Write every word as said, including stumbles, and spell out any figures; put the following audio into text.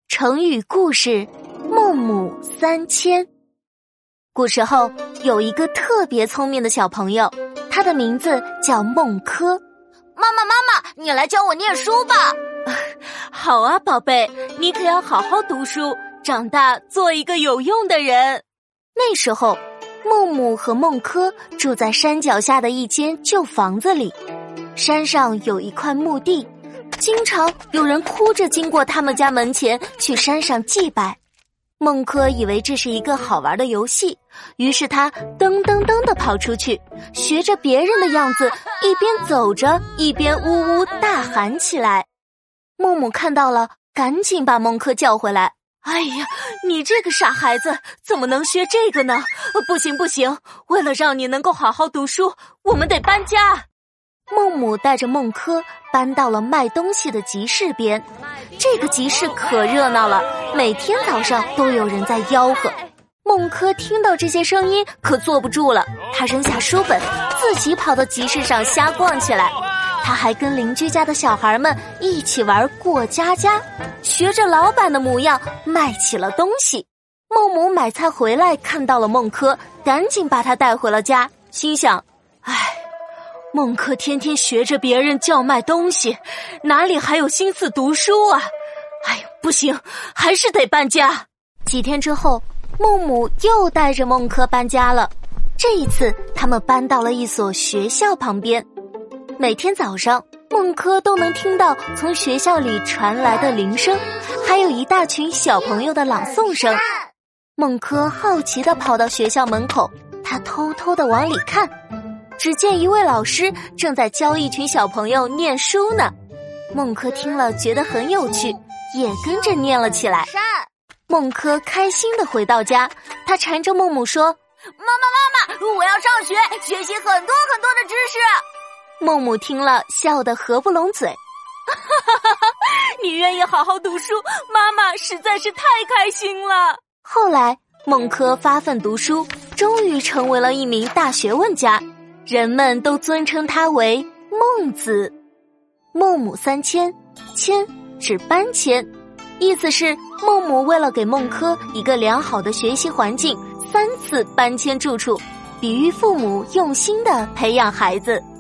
成语故事孟母三迁。古时候有一个特别聪明的小朋友，他的名字叫孟轲。 妈妈妈妈，你来教我念书吧。 好啊，宝贝，你可要好好读书，长大做一个有用的人。 那时候孟母和孟轲住在山脚下的一间旧房子里，山上有一块墓地，经常有人哭着经过他们家门前去山上祭拜。孟轲以为这是一个好玩的游戏，于是他噔噔噔地跑出去，学着别人的样子，一边走着一边呜呜大喊起来。孟母看到了，赶紧把孟轲叫回来。 哎呀，你这个傻孩子，怎么能学这个呢？不行不行，为了让你能够好好读书，我们得搬家。 孟母带着孟轲搬到了卖东西的集市边，这个集市可热闹了，每天早上都有人在吆喝。孟轲听到这些声音可坐不住了，他扔下书本，自己跑到集市上瞎逛起来。他还跟邻居家的小孩们一起玩过家家，学着老板的模样卖起了东西。孟母买菜回来看到了孟轲，赶紧把他带回了家，心想：唉， 孟轲天天学着别人叫卖东西，哪里还有心思读书啊？哎呀，不行，还是得搬家。 几天之后，孟母又带着孟轲搬家了。这一次他们搬到了一所学校旁边，每天早上孟轲都能听到从学校里传来的铃声，还有一大群小朋友的朗诵声。孟轲好奇地跑到学校门口，他偷偷地往里看，只见一位老师正在教一群小朋友念书呢。孟轲听了觉得很有趣，也跟着念了起来。孟轲开心地回到家，他缠着孟母说： 妈妈妈妈，我要上学，学习很多很多的知识。 孟母听了笑得合不拢嘴。 你愿意好好读书，妈妈实在是太开心了。 后来孟轲发奋读书，终于成为了一名大学问家，人们都尊称他为孟子。孟母三迁，迁指搬迁，意思是孟母为了给孟轲一个良好的学习环境，三次搬迁住处，比喻父母用心地培养孩子。